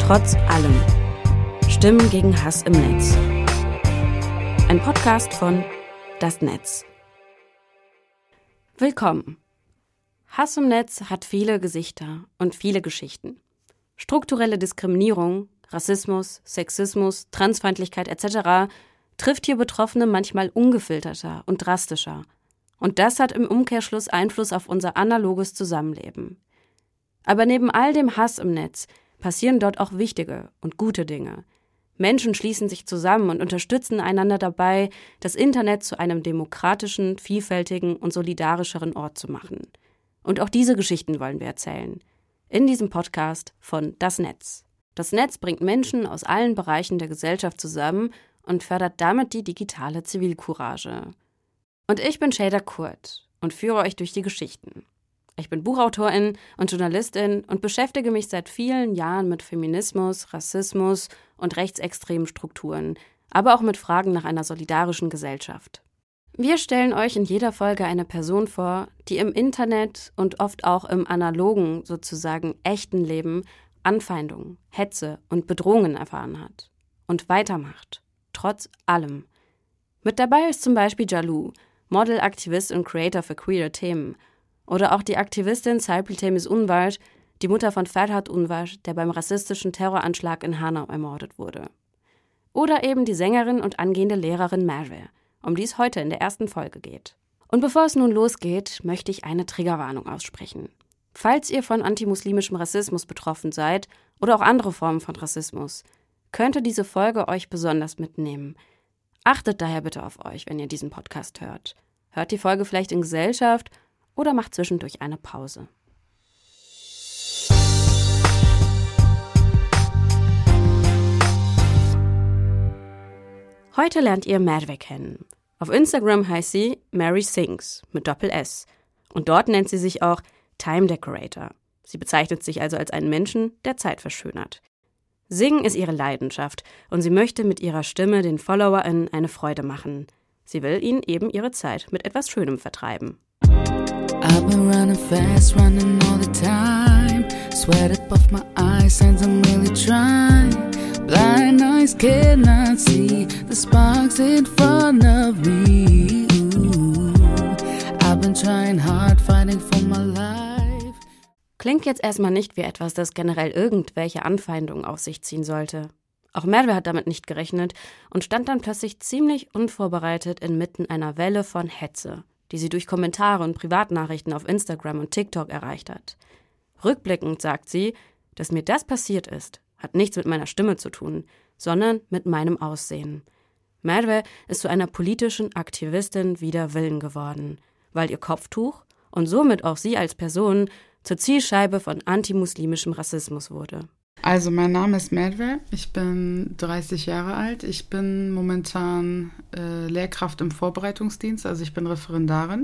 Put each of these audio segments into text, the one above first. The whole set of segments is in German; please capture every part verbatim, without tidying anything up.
Trotz allem. Stimmen gegen Hass im Netz. Ein Podcast von Das Netz. Willkommen. Hass im Netz hat viele Gesichter und viele Geschichten. Strukturelle Diskriminierung, Rassismus, Sexismus, Transfeindlichkeit et cetera trifft hier Betroffene manchmal ungefilterter und drastischer. Und das hat im Umkehrschluss Einfluss auf unser analoges Zusammenleben. Aber neben all dem Hass im Netz passieren dort auch wichtige und gute Dinge. Menschen schließen sich zusammen und unterstützen einander dabei, das Internet zu einem demokratischen, vielfältigen und solidarischeren Ort zu machen. Und auch diese Geschichten wollen wir erzählen. In diesem Podcast von Das Netz. Das Netz bringt Menschen aus allen Bereichen der Gesellschaft zusammen und fördert damit die digitale Zivilcourage. Und ich bin Şeyda Kurt und führe euch durch die Geschichten. Ich bin Buchautorin und Journalistin und beschäftige mich seit vielen Jahren mit Feminismus, Rassismus und rechtsextremen Strukturen, aber auch mit Fragen nach einer solidarischen Gesellschaft. Wir stellen euch in jeder Folge eine Person vor, die im Internet und oft auch im analogen, sozusagen echten Leben Anfeindungen, Hetze und Bedrohungen erfahren hat und weitermacht, trotz allem. Mit dabei ist zum Beispiel Jalou, Model, Aktivist und Creator für queere Themen. Oder auch die Aktivistin Serpil Temiz Unvar, die Mutter von Ferhat Unvar, der beim rassistischen Terroranschlag in Hanau ermordet wurde. Oder eben die Sängerin und angehende Lehrerin Merve, um die es heute in der ersten Folge geht. Und bevor es nun losgeht, möchte ich eine Triggerwarnung aussprechen. Falls ihr von antimuslimischem Rassismus betroffen seid oder auch andere Formen von Rassismus, könnte diese Folge euch besonders mitnehmen. Achtet daher bitte auf euch, wenn ihr diesen Podcast hört. Hört die Folge vielleicht in Gesellschaft oder macht zwischendurch eine Pause. Heute lernt ihr Merve kennen. Auf Instagram heißt sie Mary Sings mit Doppel-S. Und dort nennt sie sich auch Time Decorator. Sie bezeichnet sich also als einen Menschen, der Zeit verschönert. Singen ist ihre Leidenschaft und sie möchte mit ihrer Stimme den FollowerInnen eine Freude machen. Sie will ihnen eben ihre Zeit mit etwas Schönem vertreiben. I've been running fast, running all the time. Sweat up off my eyes and I'm really trying. Blind eyes cannot see the sparks in front of me. Ooh. I've been trying hard, fighting for my life. Klingt jetzt erstmal nicht wie etwas, das generell irgendwelche Anfeindungen auf sich ziehen sollte. Auch Merve hat damit nicht gerechnet und stand dann plötzlich ziemlich unvorbereitet inmitten einer Welle von Hetze, die sie durch Kommentare und Privatnachrichten auf Instagram und TikTok erreicht hat. Rückblickend sagt sie, dass mir das passiert ist, hat nichts mit meiner Stimme zu tun, sondern mit meinem Aussehen. Merve ist zu einer politischen Aktivistin wider Willen geworden, weil ihr Kopftuch und somit auch sie als Person zur Zielscheibe von antimuslimischem Rassismus wurde. Also mein Name ist Merve, ich bin dreißig Jahre alt, ich bin momentan äh, Lehrkraft im Vorbereitungsdienst, also ich bin Referendarin.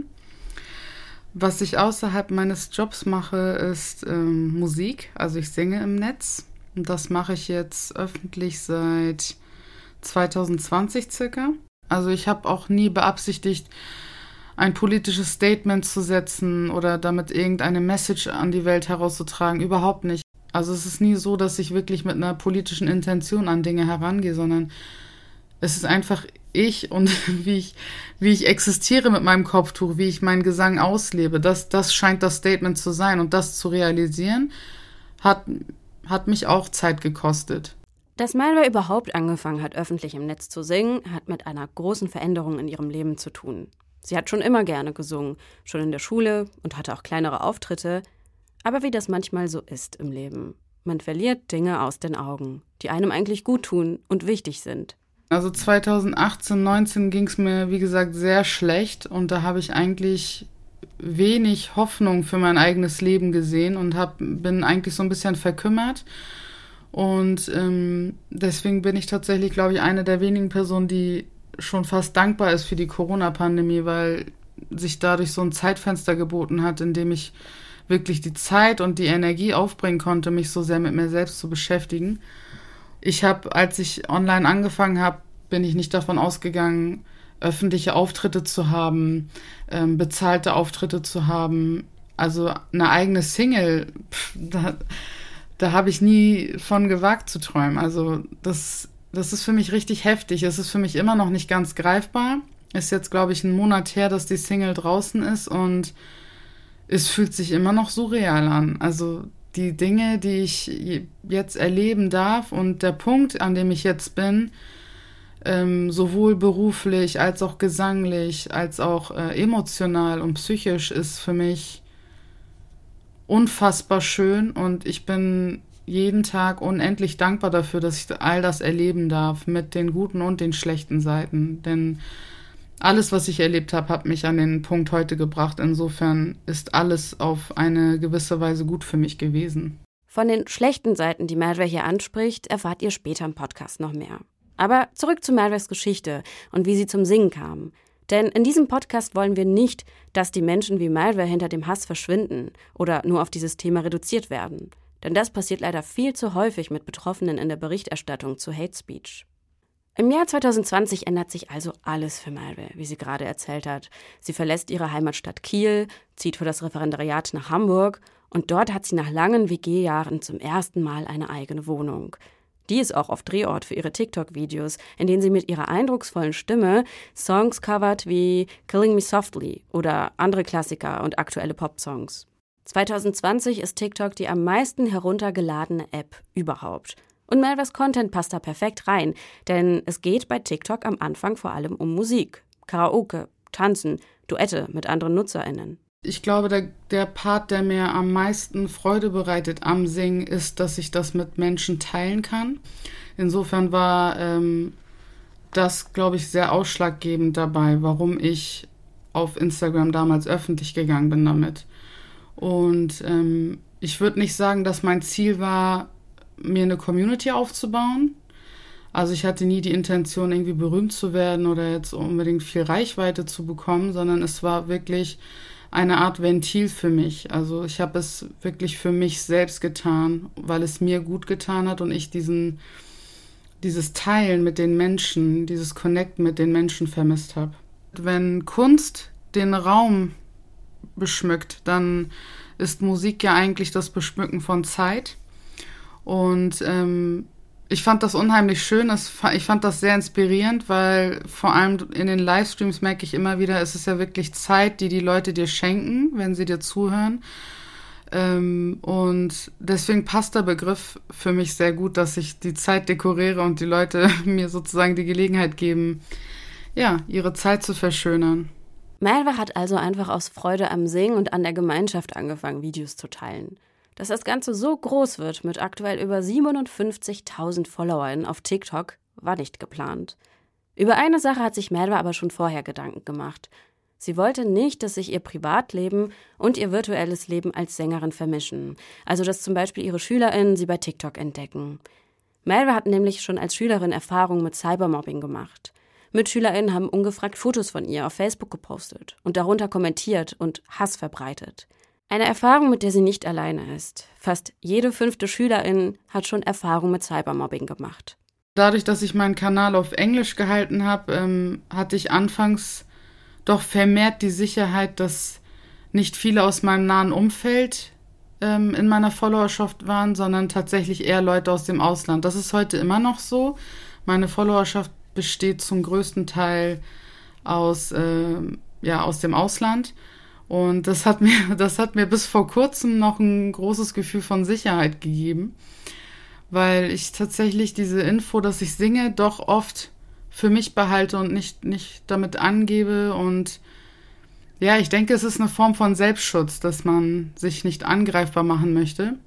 Was ich außerhalb meines Jobs mache, ist ähm, Musik, also ich singe im Netz und das mache ich jetzt öffentlich seit zwanzig zwanzig circa. Also ich habe auch nie beabsichtigt, ein politisches Statement zu setzen oder damit irgendeine Message an die Welt herauszutragen, überhaupt nicht. Also es ist nie so, dass ich wirklich mit einer politischen Intention an Dinge herangehe, sondern es ist einfach ich und wie ich, wie ich existiere mit meinem Kopftuch, wie ich meinen Gesang auslebe. Das, das scheint das Statement zu sein und das zu realisieren, hat, hat mich auch Zeit gekostet. Dass Merve überhaupt angefangen hat, öffentlich im Netz zu singen, hat mit einer großen Veränderung in ihrem Leben zu tun. Sie hat schon immer gerne gesungen, schon in der Schule und hatte auch kleinere Auftritte. Aber wie das manchmal so ist im Leben. Man verliert Dinge aus den Augen, die einem eigentlich gut tun und wichtig sind. Also zwanzig achtzehn, neunzehn ging es mir, wie gesagt, sehr schlecht. Und da habe ich eigentlich wenig Hoffnung für mein eigenes Leben gesehen und hab, bin eigentlich so ein bisschen verkümmert. Und ähm, deswegen bin ich tatsächlich, glaube ich, eine der wenigen Personen, die schon fast dankbar ist für die Corona-Pandemie, weil sich dadurch so ein Zeitfenster geboten hat, in dem ich wirklich die Zeit und die Energie aufbringen konnte, mich so sehr mit mir selbst zu beschäftigen. Ich habe, als ich online angefangen habe, bin ich nicht davon ausgegangen, öffentliche Auftritte zu haben, ähm, bezahlte Auftritte zu haben. Also eine eigene Single, pff, da, da habe ich nie von gewagt zu träumen. Also das, das ist für mich richtig heftig. Es ist für mich immer noch nicht ganz greifbar. Ist jetzt, glaube ich, ein Monat her, dass die Single draußen ist und es fühlt sich immer noch surreal an. Also die Dinge, die ich jetzt erleben darf und der Punkt, an dem ich jetzt bin, ähm, sowohl beruflich als auch gesanglich, als auch äh, emotional und psychisch, ist für mich unfassbar schön und ich bin jeden Tag unendlich dankbar dafür, dass ich all das erleben darf, mit den guten und den schlechten Seiten. Denn alles, was ich erlebt habe, hat mich an den Punkt heute gebracht. Insofern ist alles auf eine gewisse Weise gut für mich gewesen. Von den schlechten Seiten, die Merve hier anspricht, erfahrt ihr später im Podcast noch mehr. Aber zurück zu Merves Geschichte und wie sie zum Singen kam. Denn in diesem Podcast wollen wir nicht, dass die Menschen wie Merve hinter dem Hass verschwinden oder nur auf dieses Thema reduziert werden. Denn das passiert leider viel zu häufig mit Betroffenen in der Berichterstattung zu Hate Speech. Im Jahr zwanzig zwanzig ändert sich also alles für Merve, wie sie gerade erzählt hat. Sie verlässt ihre Heimatstadt Kiel, zieht für das Referendariat nach Hamburg und dort hat sie nach langen W G-Jahren zum ersten Mal eine eigene Wohnung. Die ist auch oft Drehort für ihre TikTok-Videos, in denen sie mit ihrer eindrucksvollen Stimme Songs covert wie Killing Me Softly oder andere Klassiker und aktuelle Popsongs. zwanzig zwanzig ist TikTok die am meisten heruntergeladene App überhaupt. Und Merves Content passt da perfekt rein, denn es geht bei TikTok am Anfang vor allem um Musik, Karaoke, Tanzen, Duette mit anderen NutzerInnen. Ich glaube, der, der Part, der mir am meisten Freude bereitet am Singen, ist, dass ich das mit Menschen teilen kann. Insofern war ähm, das, glaube ich, sehr ausschlaggebend dabei, warum ich auf Instagram damals öffentlich gegangen bin damit. Und ähm, ich würde nicht sagen, dass mein Ziel war, mir eine Community aufzubauen. Also ich hatte nie die Intention, irgendwie berühmt zu werden oder jetzt unbedingt viel Reichweite zu bekommen, sondern es war wirklich eine Art Ventil für mich. Also ich habe es wirklich für mich selbst getan, weil es mir gut getan hat und ich diesen, dieses Teilen mit den Menschen, dieses Connecten mit den Menschen vermisst habe. Wenn Kunst den Raum beschmückt, dann ist Musik ja eigentlich das Beschmücken von Zeit. Und ähm, ich fand das unheimlich schön, das, ich fand das sehr inspirierend, weil vor allem in den Livestreams merke ich immer wieder, es ist ja wirklich Zeit, die die Leute dir schenken, wenn sie dir zuhören. Ähm, und deswegen passt der Begriff für mich sehr gut, dass ich die Zeit dekoriere und die Leute mir sozusagen die Gelegenheit geben, ja, ihre Zeit zu verschönern. Merve hat also einfach aus Freude am Singen und an der Gemeinschaft angefangen, Videos zu teilen. Dass das Ganze so groß wird mit aktuell über siebenundfünfzigtausend Followern auf TikTok, war nicht geplant. Über eine Sache hat sich Merve aber schon vorher Gedanken gemacht. Sie wollte nicht, dass sich ihr Privatleben und ihr virtuelles Leben als Sängerin vermischen. Also dass zum Beispiel ihre SchülerInnen sie bei TikTok entdecken. Merve hat nämlich schon als Schülerin Erfahrungen mit Cybermobbing gemacht. MitschülerInnen haben ungefragt Fotos von ihr auf Facebook gepostet und darunter kommentiert und Hass verbreitet. Eine Erfahrung, mit der sie nicht alleine ist. Fast jede fünfte Schülerin hat schon Erfahrung mit Cybermobbing gemacht. Dadurch, dass ich meinen Kanal auf Englisch gehalten habe, ähm, hatte ich anfangs doch vermehrt die Sicherheit, dass nicht viele aus meinem nahen Umfeld ähm, in meiner Followerschaft waren, sondern tatsächlich eher Leute aus dem Ausland. Das ist heute immer noch so. Meine Followerschaft besteht zum größten Teil aus, äh, ja, aus dem Ausland. Und das hat mir, das hat mir bis vor kurzem noch ein großes Gefühl von Sicherheit gegeben, weil ich tatsächlich diese Info, dass ich singe, doch oft für mich behalte und nicht, nicht damit angebe. Und ja, ich denke, es ist eine Form von Selbstschutz, dass man sich nicht angreifbar machen möchte.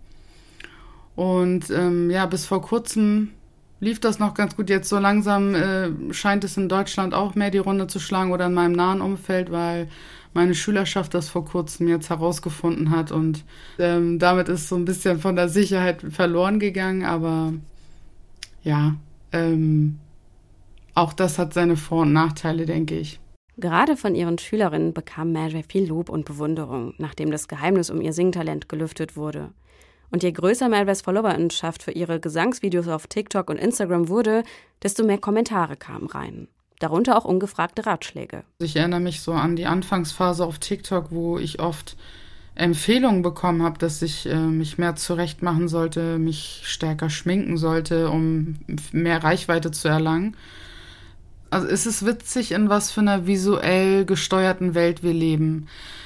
Und ähm, ja, bis vor kurzem lief das noch ganz gut. Jetzt so langsam äh, scheint es in Deutschland auch mehr die Runde zu schlagen oder in meinem nahen Umfeld, weil meine Schülerschaft das vor kurzem jetzt herausgefunden hat und ähm, damit ist so ein bisschen von der Sicherheit verloren gegangen, aber ja, ähm, auch das hat seine Vor- und Nachteile, denke ich. Gerade von ihren Schülerinnen bekam Merve viel Lob und Bewunderung, nachdem das Geheimnis um ihr Singtalent gelüftet wurde. Und je größer Merves Followerinnenschaft für ihre Gesangsvideos auf TikTok und Instagram wurde, desto mehr Kommentare kamen rein. Darunter auch ungefragte Ratschläge. Ich erinnere mich so an die Anfangsphase auf TikTok, wo ich oft Empfehlungen bekommen habe, dass ich äh, mich mehr zurechtmachen sollte, mich stärker schminken sollte, um mehr Reichweite zu erlangen. Also es ist witzig, in was für einer visuell gesteuerten Welt wir leben.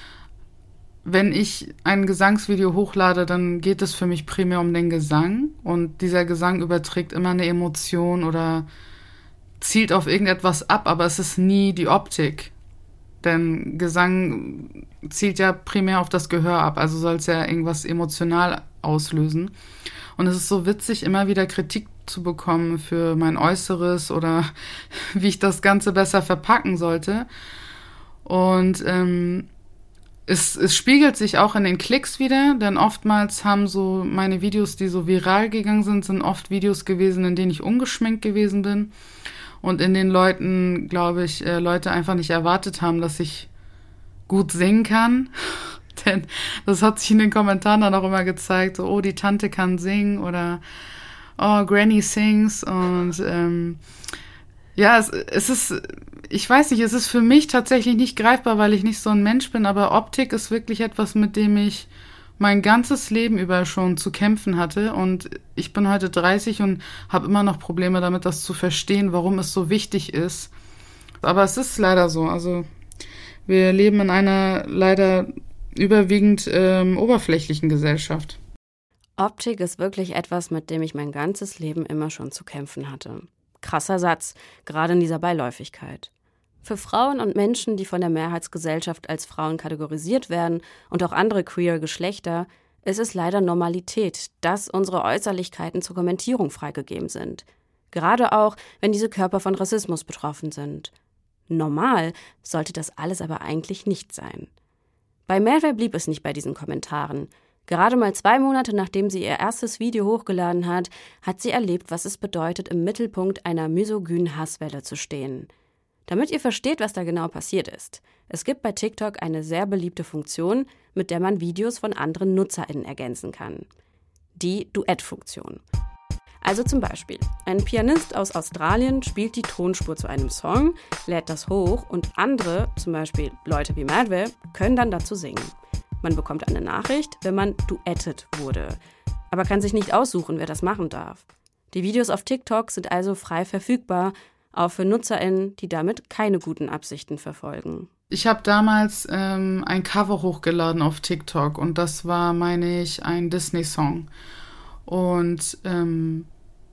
Wenn ich ein Gesangsvideo hochlade, dann geht es für mich primär um den Gesang und dieser Gesang überträgt immer eine Emotion oder zielt auf irgendetwas ab, aber es ist nie die Optik. Denn Gesang zielt ja primär auf das Gehör ab, also soll es ja irgendwas emotional auslösen. Und es ist so witzig, immer wieder Kritik zu bekommen für mein Äußeres oder wie ich das Ganze besser verpacken sollte. Und ähm, es, es spiegelt sich auch in den Klicks wieder, denn oftmals haben so meine Videos, die so viral gegangen sind, sind oft Videos gewesen, in denen ich ungeschminkt gewesen bin. Und in den Leuten, glaube ich, äh, Leute einfach nicht erwartet haben, dass ich gut singen kann. Denn das hat sich in den Kommentaren dann auch immer gezeigt, so, oh, die Tante kann singen oder oh, Granny sings. Und ähm, ja, es, es ist, ich weiß nicht, es ist für mich tatsächlich nicht greifbar, weil ich nicht so ein Mensch bin, aber Optik ist wirklich etwas, mit dem ich mein ganzes Leben über schon zu kämpfen hatte und ich bin heute dreißig und habe immer noch Probleme damit, das zu verstehen, warum es so wichtig ist. Aber es ist leider so. Also wir leben in einer leider überwiegend ähm, oberflächlichen Gesellschaft. Optik ist wirklich etwas, mit dem ich mein ganzes Leben immer schon zu kämpfen hatte. Krasser Satz, gerade in dieser Beiläufigkeit. Für Frauen und Menschen, die von der Mehrheitsgesellschaft als Frauen kategorisiert werden und auch andere queere Geschlechter, ist es leider Normalität, dass unsere Äußerlichkeiten zur Kommentierung freigegeben sind. Gerade auch, wenn diese Körper von Rassismus betroffen sind. Normal sollte das alles aber eigentlich nicht sein. Bei Melville blieb es nicht bei diesen Kommentaren. Gerade mal zwei Monate nachdem sie ihr erstes Video hochgeladen hat, hat sie erlebt, was es bedeutet, im Mittelpunkt einer misogynen Hasswelle zu stehen. Damit ihr versteht, was da genau passiert ist. Es gibt bei TikTok eine sehr beliebte Funktion, mit der man Videos von anderen NutzerInnen ergänzen kann. Die Duettfunktion. Also zum Beispiel, ein Pianist aus Australien spielt die Tonspur zu einem Song, lädt das hoch und andere, zum Beispiel Leute wie Madwell, können dann dazu singen. Man bekommt eine Nachricht, wenn man duettet wurde, aber kann sich nicht aussuchen, wer das machen darf. Die Videos auf TikTok sind also frei verfügbar, auch für NutzerInnen, die damit keine guten Absichten verfolgen. Ich habe damals ähm, ein Cover hochgeladen auf TikTok und das war, meine ich, ein Disney-Song. Und ähm,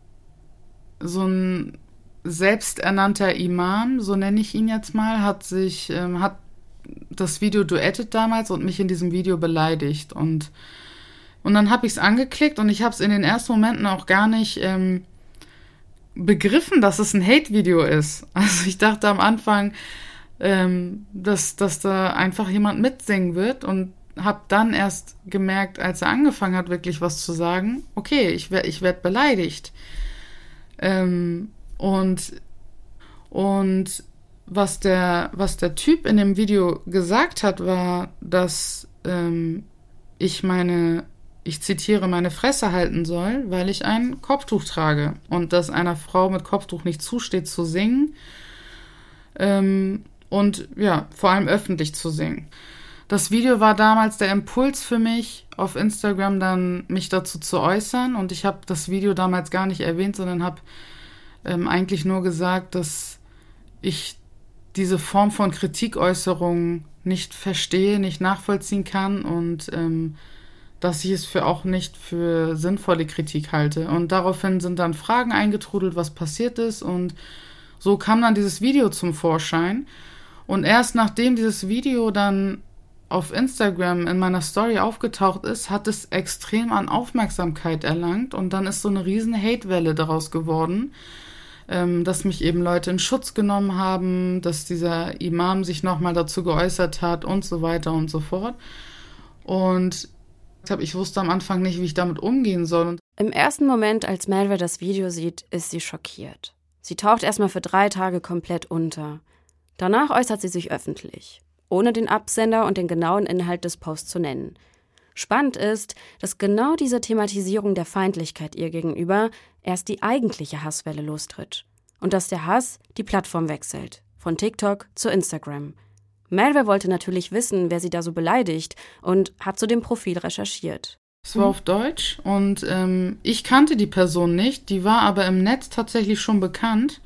so ein selbsternannter Imam, so nenne ich ihn jetzt mal, hat sich, ähm, hat das Video duettet damals und mich in diesem Video beleidigt. Und, und dann habe ich es angeklickt und ich habe es in den ersten Momenten auch gar nicht ähm, begriffen, dass es ein Hate-Video ist. Also ich dachte am Anfang, ähm, dass, dass da einfach jemand mitsingen wird und habe dann erst gemerkt, als er angefangen hat, wirklich was zu sagen, okay, ich, wer, ich werde beleidigt. Ähm, und und was der, was der Typ in dem Video gesagt hat, war, dass ähm, ich meine, ich zitiere, meine Fresse halten soll, weil ich ein Kopftuch trage und dass einer Frau mit Kopftuch nicht zusteht zu singen ähm, und ja, vor allem öffentlich zu singen. Das Video war damals der Impuls für mich, auf Instagram dann mich dazu zu äußern und ich habe das Video damals gar nicht erwähnt, sondern habe ähm, eigentlich nur gesagt, dass ich diese Form von Kritikäußerung nicht verstehe, nicht nachvollziehen kann und ähm, dass ich es für auch nicht für sinnvolle Kritik halte. Und daraufhin sind dann Fragen eingetrudelt, was passiert ist und so kam dann dieses Video zum Vorschein. Und erst nachdem dieses Video dann auf Instagram in meiner Story aufgetaucht ist, hat es extrem an Aufmerksamkeit erlangt und dann ist so eine riesen Hatewelle daraus geworden, ähm, dass mich eben Leute in Schutz genommen haben, dass dieser Imam sich nochmal dazu geäußert hat und so weiter und so fort. Und ich wusste am Anfang nicht, wie ich damit umgehen soll. Im ersten Moment, als Melville das Video sieht, ist sie schockiert. Sie taucht erstmal für drei Tage komplett unter. Danach äußert sie sich öffentlich, ohne den Absender und den genauen Inhalt des Posts zu nennen. Spannend ist, dass genau diese Thematisierung der Feindlichkeit ihr gegenüber erst die eigentliche Hasswelle lostritt und dass der Hass die Plattform wechselt, von TikTok zu Instagram. Merve wollte natürlich wissen, wer sie da so beleidigt und hat zu dem Profil recherchiert. Es war auf Deutsch und ähm, ich kannte die Person nicht, die war aber im Netz tatsächlich schon bekannt.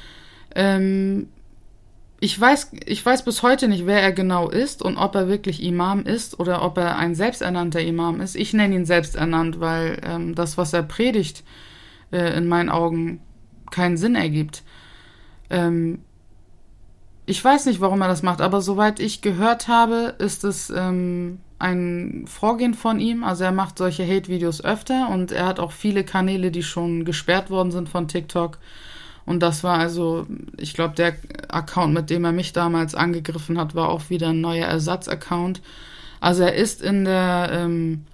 Ähm, ich weiß, ich weiß bis heute nicht, wer er genau ist und ob er wirklich Imam ist oder ob er ein selbsternannter Imam ist. Ich nenne ihn selbsternannt, weil ähm, das, was er predigt, äh, in meinen Augen keinen Sinn ergibt. Ähm, ich weiß nicht, warum er das macht, aber soweit ich gehört habe, ist es ähm, ein Vorgehen von ihm. Also er macht solche Hate-Videos öfter und er hat auch viele Kanäle, die schon gesperrt worden sind von TikTok. Und das war also, ich glaube, der Account, mit dem er mich damals angegriffen hat, war auch wieder ein neuer Ersatzaccount. Also er ist in der, ähm,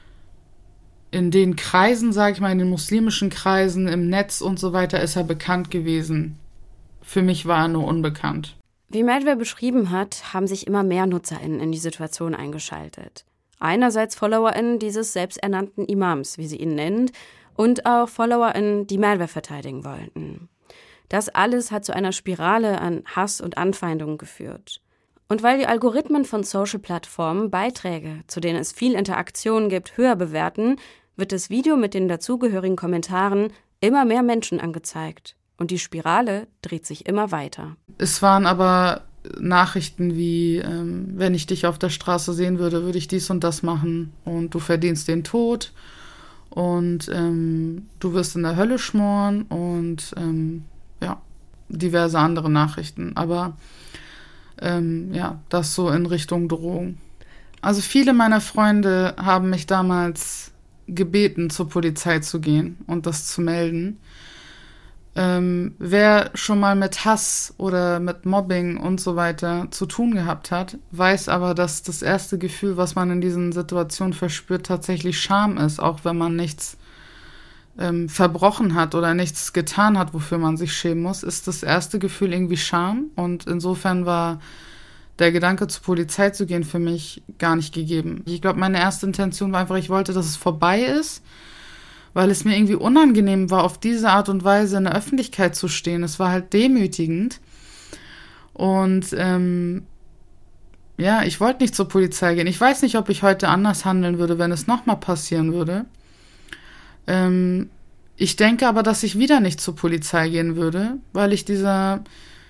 in den Kreisen, sage ich mal, in den muslimischen Kreisen, im Netz und so weiter, ist er bekannt gewesen. Für mich war er nur unbekannt. Wie Merve beschrieben hat, haben sich immer mehr NutzerInnen in die Situation eingeschaltet. Einerseits FollowerInnen dieses selbsternannten Imams, wie sie ihn nennt, und auch FollowerInnen, die Merve verteidigen wollten. Das alles hat zu einer Spirale an Hass und Anfeindungen geführt. Und weil die Algorithmen von Social-Plattformen Beiträge, zu denen es viel Interaktion gibt, höher bewerten, wird das Video mit den dazugehörigen Kommentaren immer mehr Menschen angezeigt. Und die Spirale dreht sich immer weiter. Es waren aber Nachrichten wie, ähm, wenn ich dich auf der Straße sehen würde, würde ich dies und das machen und du verdienst den Tod und ähm, du wirst in der Hölle schmoren und ähm, ja, diverse andere Nachrichten. Aber ähm, ja, das so in Richtung Drohung. Also viele meiner Freunde haben mich damals gebeten, zur Polizei zu gehen und das zu melden. Ähm, wer schon mal mit Hass oder mit Mobbing und so weiter zu tun gehabt hat, weiß aber, dass das erste Gefühl, was man in diesen Situationen verspürt, tatsächlich Scham ist, auch wenn man nichts ähm, verbrochen hat oder nichts getan hat, wofür man sich schämen muss, ist das erste Gefühl irgendwie Scham. Und insofern war der Gedanke, zur Polizei zu gehen, für mich gar nicht gegeben. Ich glaube, meine erste Intention war einfach, ich wollte, dass es vorbei ist, weil es mir irgendwie unangenehm war, auf diese Art und Weise in der Öffentlichkeit zu stehen. Es war halt demütigend. Und ähm, ja, ich wollte nicht zur Polizei gehen. Ich weiß nicht, ob ich heute anders handeln würde, wenn es nochmal passieren würde. Ähm, ich denke aber, dass ich wieder nicht zur Polizei gehen würde, weil ich dieser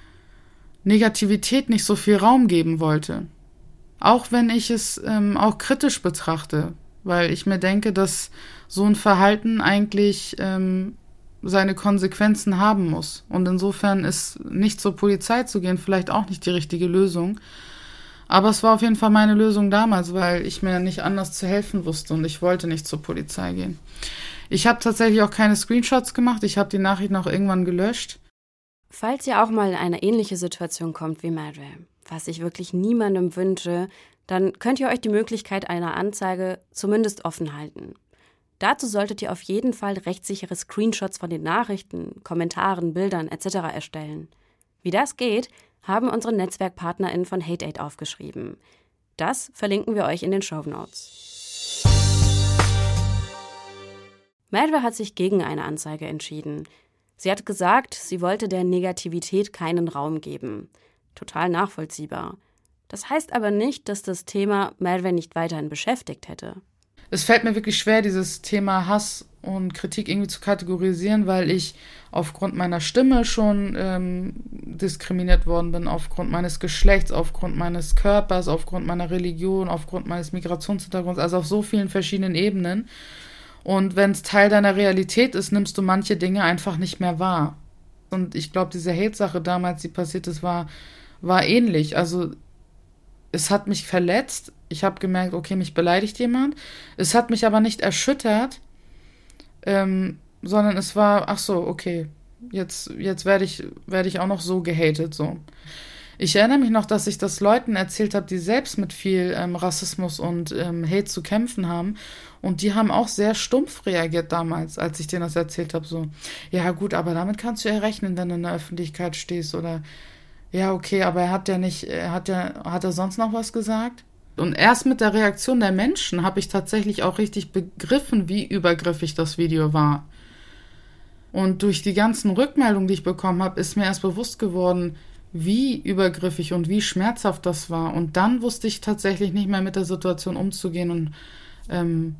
Negativität nicht so viel Raum geben wollte. Auch wenn ich es ähm, auch kritisch betrachte, weil ich mir denke, dass so ein Verhalten eigentlich ähm, seine Konsequenzen haben muss. Und insofern ist nicht zur Polizei zu gehen vielleicht auch nicht die richtige Lösung. Aber es war auf jeden Fall meine Lösung damals, weil ich mir nicht anders zu helfen wusste und ich wollte nicht zur Polizei gehen. Ich habe tatsächlich auch keine Screenshots gemacht. Ich habe die Nachrichten auch irgendwann gelöscht. Falls ihr auch mal in eine ähnliche Situation kommt wie Merve, was ich wirklich niemandem wünsche, dann könnt ihr euch die Möglichkeit einer Anzeige zumindest offen halten. Dazu solltet ihr auf jeden Fall rechtssichere Screenshots von den Nachrichten, Kommentaren, Bildern et cetera erstellen. Wie das geht, haben unsere NetzwerkpartnerInnen von HateAid aufgeschrieben. Das verlinken wir euch in den Shownotes. Merve hat sich gegen eine Anzeige entschieden. Sie hat gesagt, sie wollte der Negativität keinen Raum geben. Total nachvollziehbar. Das heißt aber nicht, dass das Thema Merve nicht weiterhin beschäftigt hätte. Es fällt mir wirklich schwer, dieses Thema Hass und Kritik irgendwie zu kategorisieren, weil ich aufgrund meiner Stimme schon ähm, diskriminiert worden bin, aufgrund meines Geschlechts, aufgrund meines Körpers, aufgrund meiner Religion, aufgrund meines Migrationshintergrunds, also auf so vielen verschiedenen Ebenen. Und wenn es Teil deiner Realität ist, nimmst du manche Dinge einfach nicht mehr wahr. Und ich glaube, diese Hate-Sache damals, die passiert ist, war, war ähnlich. Also es hat mich verletzt. Ich habe gemerkt, okay, mich beleidigt jemand. Es hat mich aber nicht erschüttert, ähm, sondern es war, ach so, okay, jetzt, jetzt werde ich, werde ich auch noch so gehatet, so. Ich erinnere mich noch, dass ich das Leuten erzählt habe, die selbst mit viel ähm, Rassismus und ähm, Hate zu kämpfen haben. Und die haben auch sehr stumpf reagiert damals, als ich denen das erzählt habe. So, ja gut, aber damit kannst du ja rechnen, wenn du in der Öffentlichkeit stehst. Oder, ja okay, aber er hat ja nicht, er hat ja, hat er sonst noch was gesagt? Und erst mit der Reaktion der Menschen habe ich tatsächlich auch richtig begriffen, wie übergriffig das Video war. Und durch die ganzen Rückmeldungen, die ich bekommen habe, ist mir erst bewusst geworden, wie übergriffig und wie schmerzhaft das war. Und dann wusste ich tatsächlich nicht mehr mit der Situation umzugehen und ähm,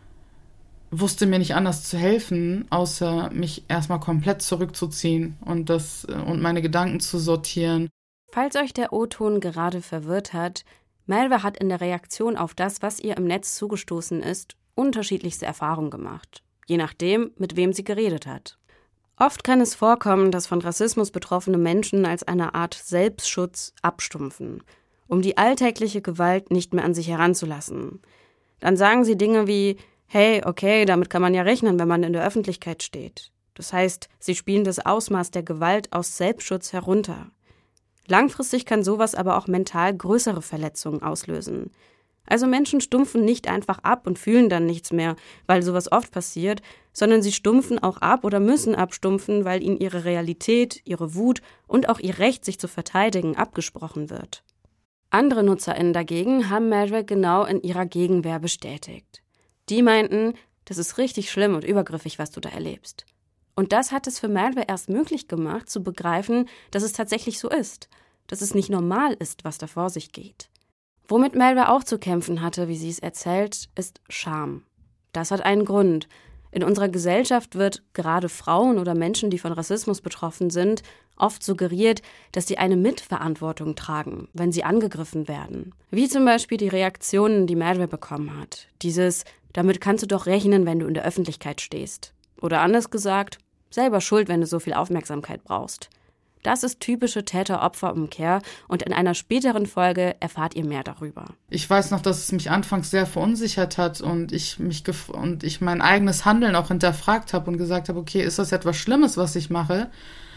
wusste mir nicht anders zu helfen, außer mich erstmal komplett zurückzuziehen und das und meine Gedanken zu sortieren. Falls euch der O-Ton gerade verwirrt hat, Merve hat in der Reaktion auf das, was ihr im Netz zugestoßen ist, unterschiedlichste Erfahrungen gemacht, je nachdem, mit wem sie geredet hat. Oft kann es vorkommen, dass von Rassismus betroffene Menschen als eine Art Selbstschutz abstumpfen, um die alltägliche Gewalt nicht mehr an sich heranzulassen. Dann sagen sie Dinge wie, hey, okay, damit kann man ja rechnen, wenn man in der Öffentlichkeit steht. Das heißt, sie spielen das Ausmaß der Gewalt aus Selbstschutz herunter. Langfristig kann sowas aber auch mental größere Verletzungen auslösen. Also Menschen stumpfen nicht einfach ab und fühlen dann nichts mehr, weil sowas oft passiert, sondern sie stumpfen auch ab oder müssen abstumpfen, weil ihnen ihre Realität, ihre Wut und auch ihr Recht, sich zu verteidigen, abgesprochen wird. Andere NutzerInnen dagegen haben Merve genau in ihrer Gegenwehr bestätigt. Die meinten, das ist richtig schlimm und übergriffig, was du da erlebst. Und das hat es für Merve erst möglich gemacht, zu begreifen, dass es tatsächlich so ist, dass es nicht normal ist, was da vor sich geht. Womit Merve auch zu kämpfen hatte, wie sie es erzählt, ist Scham. Das hat einen Grund. In unserer Gesellschaft wird gerade Frauen oder Menschen, die von Rassismus betroffen sind, oft suggeriert, dass sie eine Mitverantwortung tragen, wenn sie angegriffen werden. Wie zum Beispiel die Reaktionen, die Merve bekommen hat. Dieses, damit kannst du doch rechnen, wenn du in der Öffentlichkeit stehst. Oder anders gesagt, selber schuld, wenn du so viel Aufmerksamkeit brauchst. Das ist typische Täter-Opfer-Umkehr und in einer späteren Folge erfahrt ihr mehr darüber. Ich weiß noch, dass es mich anfangs sehr verunsichert hat und ich mich gef- und ich mein eigenes Handeln auch hinterfragt habe und gesagt habe, okay, ist das etwas Schlimmes, was ich mache?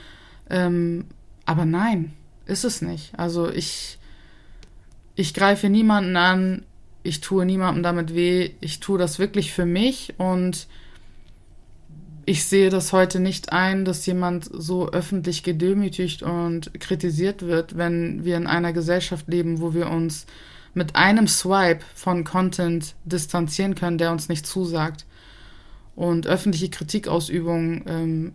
Ähm, aber nein, ist es nicht. Also ich, ich greife niemanden an, ich tue niemandem damit weh, ich tue das wirklich für mich und ich sehe das heute nicht ein, dass jemand so öffentlich gedemütigt und kritisiert wird, wenn wir in einer Gesellschaft leben, wo wir uns mit einem Swipe von Content distanzieren können, der uns nicht zusagt. Und öffentliche Kritikausübung ähm,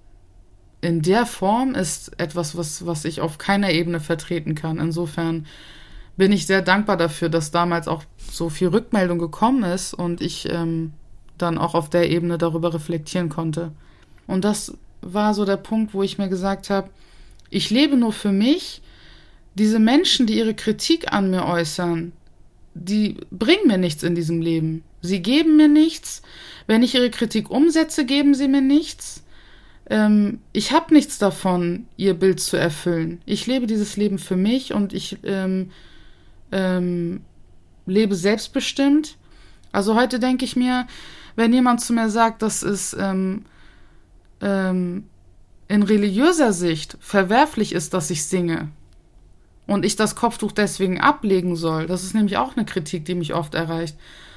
in der Form ist etwas, was, was ich auf keiner Ebene vertreten kann. Insofern bin ich sehr dankbar dafür, dass damals auch so viel Rückmeldung gekommen ist und ich ähm, dann auch auf der Ebene darüber reflektieren konnte. Und das war so der Punkt, wo ich mir gesagt habe, ich lebe nur für mich. Diese Menschen, die ihre Kritik an mir äußern, die bringen mir nichts in diesem Leben. Sie geben mir nichts. Wenn ich ihre Kritik umsetze, geben sie mir nichts. Ähm, ich habe nichts davon, ihr Bild zu erfüllen. Ich lebe dieses Leben für mich und ich ähm, ähm, lebe selbstbestimmt. Also heute denke ich mir, wenn jemand zu mir sagt, dass es ähm, ähm, in religiöser Sicht verwerflich ist, dass ich singe und ich das Kopftuch deswegen ablegen soll, das ist nämlich auch eine Kritik, die mich oft erreicht,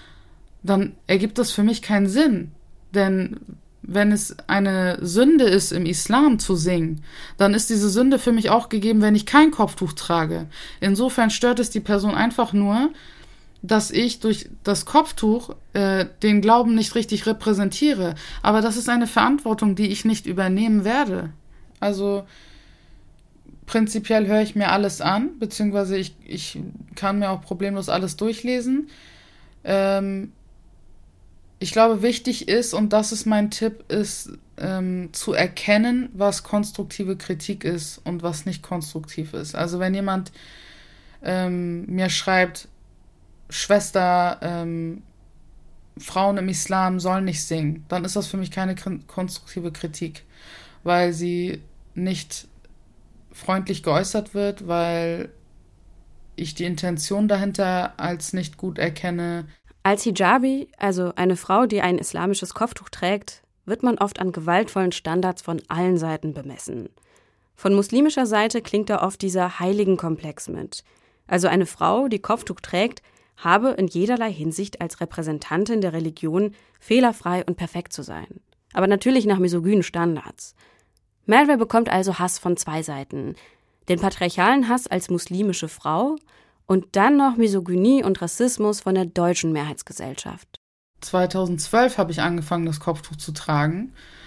dann ergibt das für mich keinen Sinn. Denn wenn es eine Sünde ist, im Islam zu singen, dann ist diese Sünde für mich auch gegeben, wenn ich kein Kopftuch trage. Insofern stört es die Person einfach nur, dass ich durch das Kopftuch äh, den Glauben nicht richtig repräsentiere. Aber das ist eine Verantwortung, die ich nicht übernehmen werde. Also prinzipiell höre ich mir alles an, beziehungsweise ich, ich kann mir auch problemlos alles durchlesen. Ähm, ich glaube, wichtig ist, und das ist mein Tipp, ist ähm, zu erkennen, was konstruktive Kritik ist und was nicht konstruktiv ist. Also wenn jemand ähm, mir schreibt, Schwester, ähm, Frauen im Islam sollen nicht singen, dann ist das für mich keine konstruktive Kritik, weil sie nicht freundlich geäußert wird, weil ich die Intention dahinter als nicht gut erkenne. Als Hijabi, also eine Frau, die ein islamisches Kopftuch trägt, wird man oft an gewaltvollen Standards von allen Seiten bemessen. Von muslimischer Seite klingt da oft dieser Heiligenkomplex mit. Also eine Frau, die Kopftuch trägt, habe in jederlei Hinsicht als Repräsentantin der Religion fehlerfrei und perfekt zu sein. Aber natürlich nach misogynen Standards. Merve bekommt also Hass von zwei Seiten. Den patriarchalen Hass als muslimische Frau und dann noch Misogynie und Rassismus von der deutschen Mehrheitsgesellschaft. zweitausendzwölf habe ich angefangen, das Kopftuch zu tragen.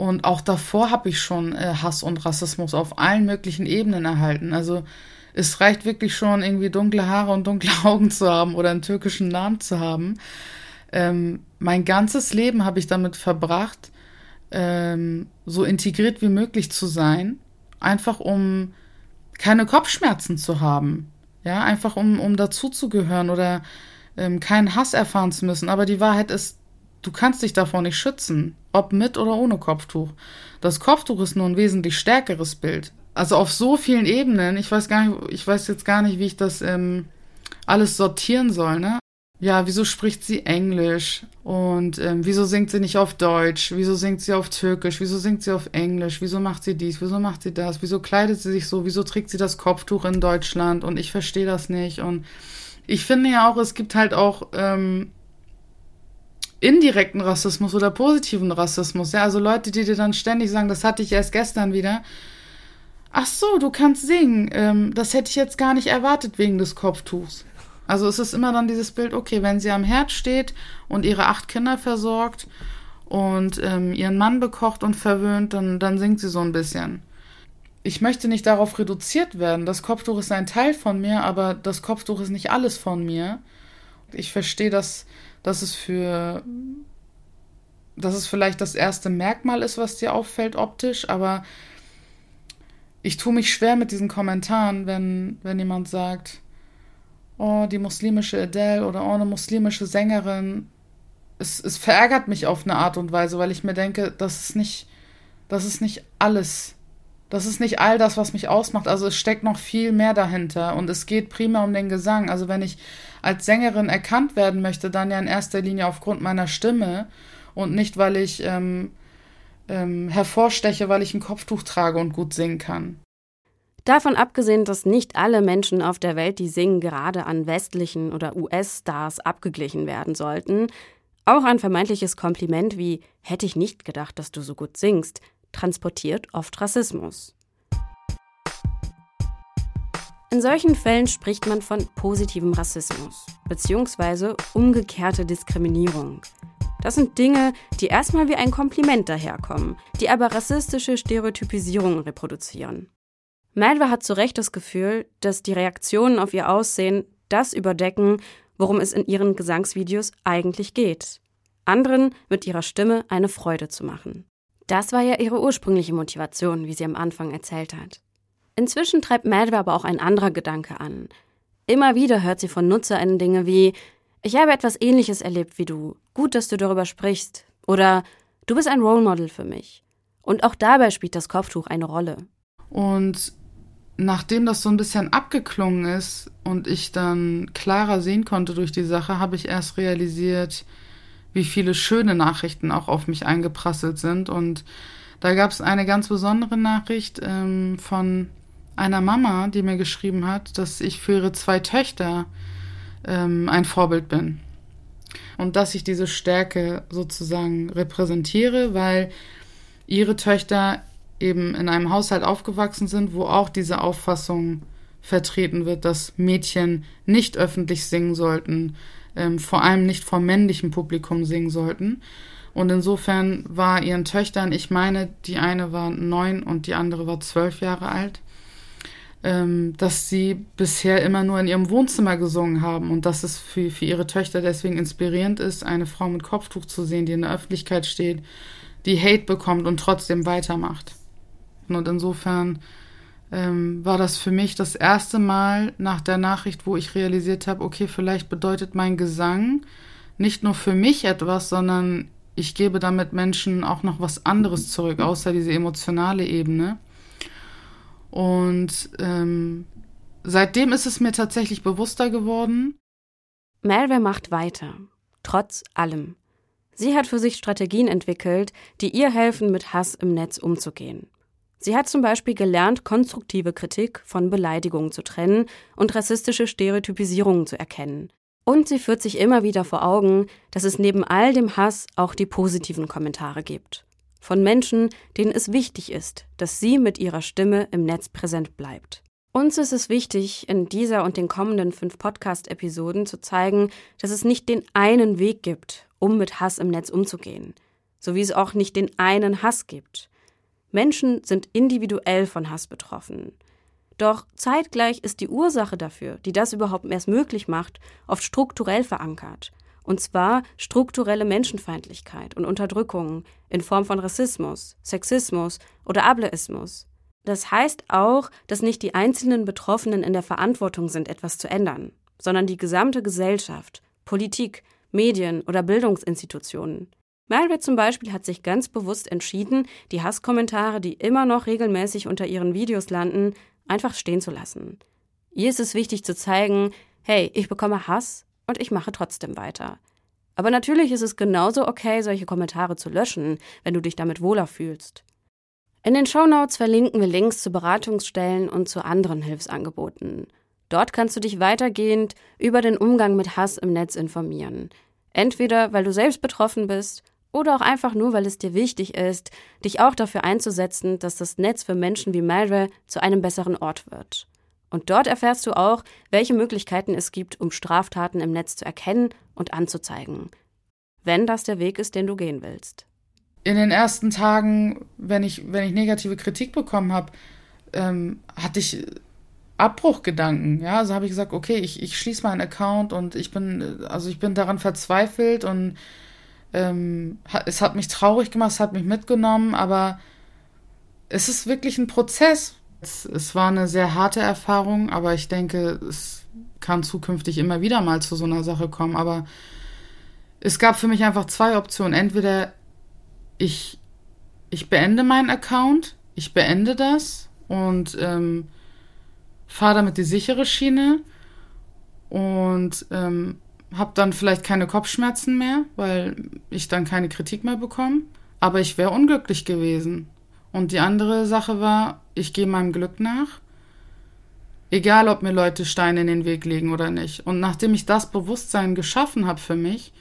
Und auch davor habe ich schon äh, Hass und Rassismus auf allen möglichen Ebenen erhalten. Also es reicht wirklich schon, irgendwie dunkle Haare und dunkle Augen zu haben oder einen türkischen Namen zu haben. Ähm, mein ganzes Leben habe ich damit verbracht, ähm, so integriert wie möglich zu sein, einfach um keine Kopfschmerzen zu haben, ja, einfach um, um dazuzugehören oder ähm, keinen Hass erfahren zu müssen. Aber die Wahrheit ist, du kannst dich davor nicht schützen, ob mit oder ohne Kopftuch. Das Kopftuch ist nur ein wesentlich stärkeres Bild. Also auf so vielen Ebenen, ich weiß gar nicht, ich weiß jetzt gar nicht, wie ich das ähm, alles sortieren soll, ne? Ja, wieso spricht sie Englisch? Und ähm, wieso singt sie nicht auf Deutsch? Wieso singt sie auf Türkisch? Wieso singt sie auf Englisch? Wieso macht sie dies? Wieso macht sie das? Wieso kleidet sie sich so? Wieso trägt sie das Kopftuch in Deutschland? Und ich verstehe das nicht. Und ich finde ja auch, es gibt halt auch ähm, indirekten Rassismus oder positiven Rassismus. Ja, also Leute, die dir dann ständig sagen, das hatte ich erst gestern wieder. Ach so, du kannst singen. Ähm, das hätte ich jetzt gar nicht erwartet wegen des Kopftuchs. Also es ist immer dann dieses Bild, okay, wenn sie am Herd steht und ihre acht Kinder versorgt und ähm, ihren Mann bekocht und verwöhnt, dann, dann singt sie so ein bisschen. Ich möchte nicht darauf reduziert werden. Das Kopftuch ist ein Teil von mir, aber das Kopftuch ist nicht alles von mir. Ich verstehe, dass, dass es für, dass es vielleicht das erste Merkmal ist, was dir auffällt optisch, aber ich tue mich schwer mit diesen Kommentaren, wenn, wenn jemand sagt, oh, die muslimische Adele oder oh, eine muslimische Sängerin. Es, es verärgert mich auf eine Art und Weise, weil ich mir denke, das ist nicht, das ist nicht alles. Das ist nicht all das, was mich ausmacht. Also es steckt noch viel mehr dahinter und es geht primär um den Gesang. Also wenn ich als Sängerin erkannt werden möchte, dann ja in erster Linie aufgrund meiner Stimme und nicht, weil ich ähm, ähm, hervorsteche, weil ich ein Kopftuch trage und gut singen kann. Davon abgesehen, dass nicht alle Menschen auf der Welt, die singen, gerade an westlichen oder U S-Stars abgeglichen werden sollten, auch ein vermeintliches Kompliment wie »hätte ich nicht gedacht, dass du so gut singst« transportiert oft Rassismus. In solchen Fällen spricht man von positivem Rassismus bzw. umgekehrte Diskriminierung. Das sind Dinge, die erstmal wie ein Kompliment daherkommen, die aber rassistische Stereotypisierungen reproduzieren. Merve hat zu Recht das Gefühl, dass die Reaktionen auf ihr Aussehen das überdecken, worum es in ihren Gesangsvideos eigentlich geht. Anderen mit ihrer Stimme eine Freude zu machen. Das war ja ihre ursprüngliche Motivation, wie sie am Anfang erzählt hat. Inzwischen treibt Merve aber auch ein anderer Gedanke an. Immer wieder hört sie von NutzerInnen Dinge wie »Ich habe etwas Ähnliches erlebt wie du. Gut, dass du darüber sprichst.« Oder »Du bist ein Role Model für mich.« Und auch dabei spielt das Kopftuch eine Rolle. Und nachdem das so ein bisschen abgeklungen ist und ich dann klarer sehen konnte durch die Sache, habe ich erst realisiert, wie viele schöne Nachrichten auch auf mich eingeprasselt sind. Und da gab es eine ganz besondere Nachricht ähm, von einer Mama, die mir geschrieben hat, dass ich für ihre zwei Töchter ähm, ein Vorbild bin. Und dass ich diese Stärke sozusagen repräsentiere, weil ihre Töchter eben in einem Haushalt aufgewachsen sind, wo auch diese Auffassung vertreten wird, dass Mädchen nicht öffentlich singen sollten, ähm, vor allem nicht vor männlichem Publikum singen sollten. Und insofern war ihren Töchtern, ich meine, die eine war neun und die andere war zwölf Jahre alt, ähm, dass sie bisher immer nur in ihrem Wohnzimmer gesungen haben und dass es für, für ihre Töchter deswegen inspirierend ist, eine Frau mit Kopftuch zu sehen, die in der Öffentlichkeit steht, die Hate bekommt und trotzdem weitermacht. Und insofern ähm, war das für mich das erste Mal nach der Nachricht, wo ich realisiert habe, okay, vielleicht bedeutet mein Gesang nicht nur für mich etwas, sondern ich gebe damit Menschen auch noch was anderes zurück, außer diese emotionale Ebene. Und ähm, seitdem ist es mir tatsächlich bewusster geworden. Merve macht weiter, trotz allem. Sie hat für sich Strategien entwickelt, die ihr helfen, mit Hass im Netz umzugehen. Sie hat zum Beispiel gelernt, konstruktive Kritik von Beleidigungen zu trennen und rassistische Stereotypisierungen zu erkennen. Und sie führt sich immer wieder vor Augen, dass es neben all dem Hass auch die positiven Kommentare gibt. Von Menschen, denen es wichtig ist, dass sie mit ihrer Stimme im Netz präsent bleibt. Uns ist es wichtig, in dieser und den kommenden fünf Podcast-Episoden zu zeigen, dass es nicht den einen Weg gibt, um mit Hass im Netz umzugehen. so wie es auch nicht den einen Hass gibt. Menschen sind individuell von Hass betroffen. Doch zeitgleich ist die Ursache dafür, die das überhaupt erst möglich macht, oft strukturell verankert. Und zwar strukturelle Menschenfeindlichkeit und Unterdrückung in Form von Rassismus, Sexismus oder Ableismus. Das heißt auch, dass nicht die einzelnen Betroffenen in der Verantwortung sind, etwas zu ändern, sondern die gesamte Gesellschaft, Politik, Medien oder Bildungsinstitutionen. Margaret zum Beispiel hat sich ganz bewusst entschieden, die Hasskommentare, die immer noch regelmäßig unter ihren Videos landen, einfach stehen zu lassen. Ihr ist es wichtig zu zeigen, hey, ich bekomme Hass und ich mache trotzdem weiter. Aber natürlich ist es genauso okay, solche Kommentare zu löschen, wenn du dich damit wohler fühlst. In den Shownotes verlinken wir Links zu Beratungsstellen und zu anderen Hilfsangeboten. Dort kannst du dich weitergehend über den Umgang mit Hass im Netz informieren. Entweder, weil du selbst betroffen bist oder auch einfach nur, weil es dir wichtig ist, dich auch dafür einzusetzen, dass das Netz für Menschen wie Malve zu einem besseren Ort wird. Und dort erfährst du auch, welche Möglichkeiten es gibt, um Straftaten im Netz zu erkennen und anzuzeigen. Wenn das der Weg ist, den du gehen willst. In den ersten Tagen, wenn ich, wenn ich negative Kritik bekommen habe, ähm, hatte ich Abbruchgedanken. Ja, also habe ich gesagt, okay, ich, ich schließe meinen Account und ich bin, also ich bin daran verzweifelt und ähm, es hat mich traurig gemacht, es hat mich mitgenommen, aber es ist wirklich ein Prozess. Es, es war eine sehr harte Erfahrung, aber ich denke, es kann zukünftig immer wieder mal zu so einer Sache kommen. Aber es gab für mich einfach zwei Optionen. Entweder ich, ich beende meinen Account, ich beende das und ähm, fahre damit die sichere Schiene und ähm, habe dann vielleicht keine Kopfschmerzen mehr, weil ich dann keine Kritik mehr bekomme. Aber ich wäre unglücklich gewesen. Und die andere Sache war, ich gehe meinem Glück nach. Egal, ob mir Leute Steine in den Weg legen oder nicht. Und nachdem ich das Bewusstsein geschaffen habe für mich,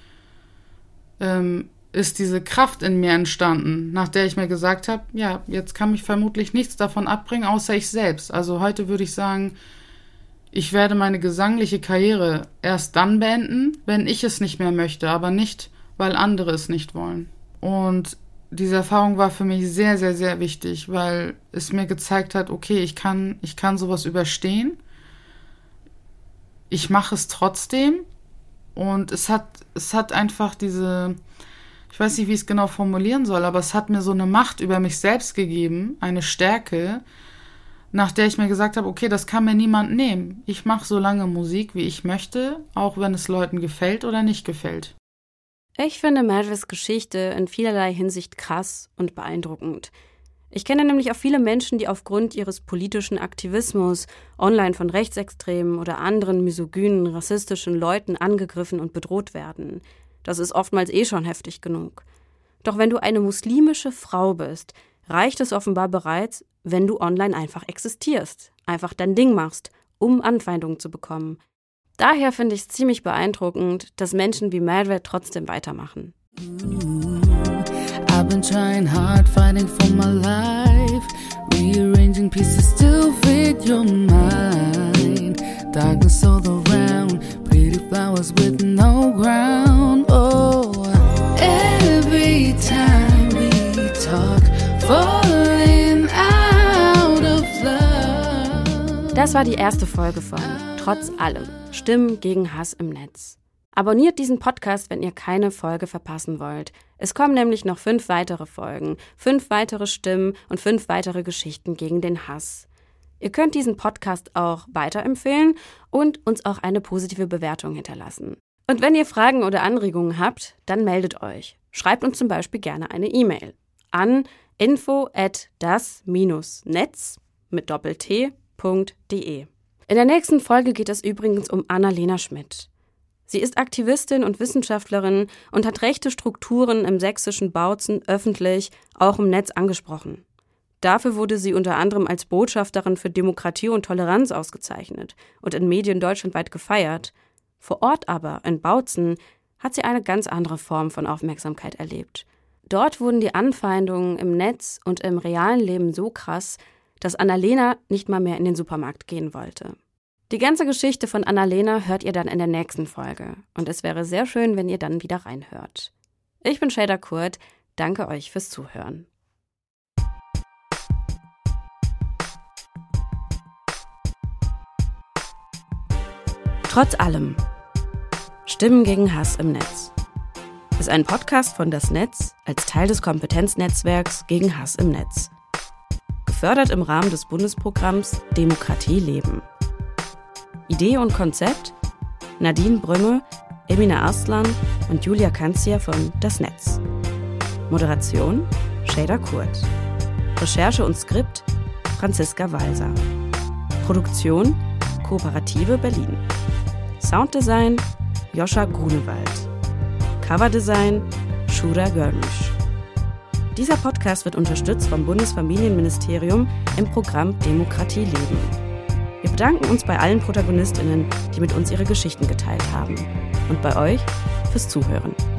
ähm, ist diese Kraft in mir entstanden, nach der ich mir gesagt habe, ja, jetzt kann mich vermutlich nichts davon abbringen, außer ich selbst. Also heute würde ich sagen, ich werde meine gesangliche Karriere erst dann beenden, wenn ich es nicht mehr möchte, aber nicht, weil andere es nicht wollen. Und diese Erfahrung war für mich sehr, sehr, sehr wichtig, weil es mir gezeigt hat, okay, ich kann, ich kann sowas überstehen. Ich mache es trotzdem. Und es hat, es hat einfach diese, ich weiß nicht, wie ich es genau formulieren soll, aber es hat mir so eine Macht über mich selbst gegeben, eine Stärke, nach der ich mir gesagt habe, okay, das kann mir niemand nehmen. Ich mache so lange Musik, wie ich möchte, auch wenn es Leuten gefällt oder nicht gefällt. Ich finde Malves Geschichte in vielerlei Hinsicht krass und beeindruckend. Ich kenne nämlich auch viele Menschen, die aufgrund ihres politischen Aktivismus online von Rechtsextremen oder anderen misogynen, rassistischen Leuten angegriffen und bedroht werden. Das ist oftmals eh schon heftig genug. Doch wenn du eine muslimische Frau bist, reicht es offenbar bereits, wenn du online einfach existierst, einfach dein Ding machst, um Anfeindungen zu bekommen. Daher finde ich es ziemlich beeindruckend, dass Menschen wie Malve trotzdem weitermachen. I've been trying hard, fighting for my life, rearranging pieces to fit your mind. Darkness all around, pretty flowers with no ground. Oh, every time we talk, falling out of love. Das war die erste Folge von Trotz allem. Stimmen gegen Hass im Netz. Abonniert diesen Podcast, wenn ihr keine Folge verpassen wollt. Es kommen nämlich noch fünf weitere Folgen, fünf weitere Stimmen und fünf weitere Geschichten gegen den Hass. Ihr könnt diesen Podcast auch weiterempfehlen und uns auch eine positive Bewertung hinterlassen. Und wenn ihr Fragen oder Anregungen habt, dann meldet euch. Schreibt uns zum Beispiel gerne eine E-Mail an info at das Netz mit Doppel-T punkt de. In der nächsten Folge geht es übrigens um Anna-Lena Schmidt. Sie ist Aktivistin und Wissenschaftlerin und hat rechte Strukturen im sächsischen Bautzen öffentlich, auch im Netz, angesprochen. Dafür wurde sie unter anderem als Botschafterin für Demokratie und Toleranz ausgezeichnet und in Medien deutschlandweit gefeiert. Vor Ort aber, in Bautzen, hat sie eine ganz andere Form von Aufmerksamkeit erlebt. Dort wurden die Anfeindungen im Netz und im realen Leben so krass, dass Anna-Lena nicht mal mehr in den Supermarkt gehen wollte. Die ganze Geschichte von Anna-Lena hört ihr dann in der nächsten Folge. Und es wäre sehr schön, wenn ihr dann wieder reinhört. Ich bin Shader Kurt. Danke euch fürs Zuhören. Trotz allem. Stimmen gegen Hass im Netz ist ein Podcast von Das Netz als Teil des Kompetenznetzwerks gegen Hass im Netz. Gefördert im Rahmen des Bundesprogramms Demokratie leben. Idee und Konzept Nadine Brümme, Emine Arslan und Julia Kanzier von Das Netz. Moderation Shader Kurt. Recherche und Skript Franziska Walser. Produktion Kooperative Berlin. Sounddesign Joscha Grunewald. Coverdesign Shuda Görmisch. Dieser Podcast wird unterstützt vom Bundesfamilienministerium im Programm Demokratie leben. Wir bedanken uns bei allen ProtagonistInnen, die mit uns ihre Geschichten geteilt haben. Und bei euch fürs Zuhören.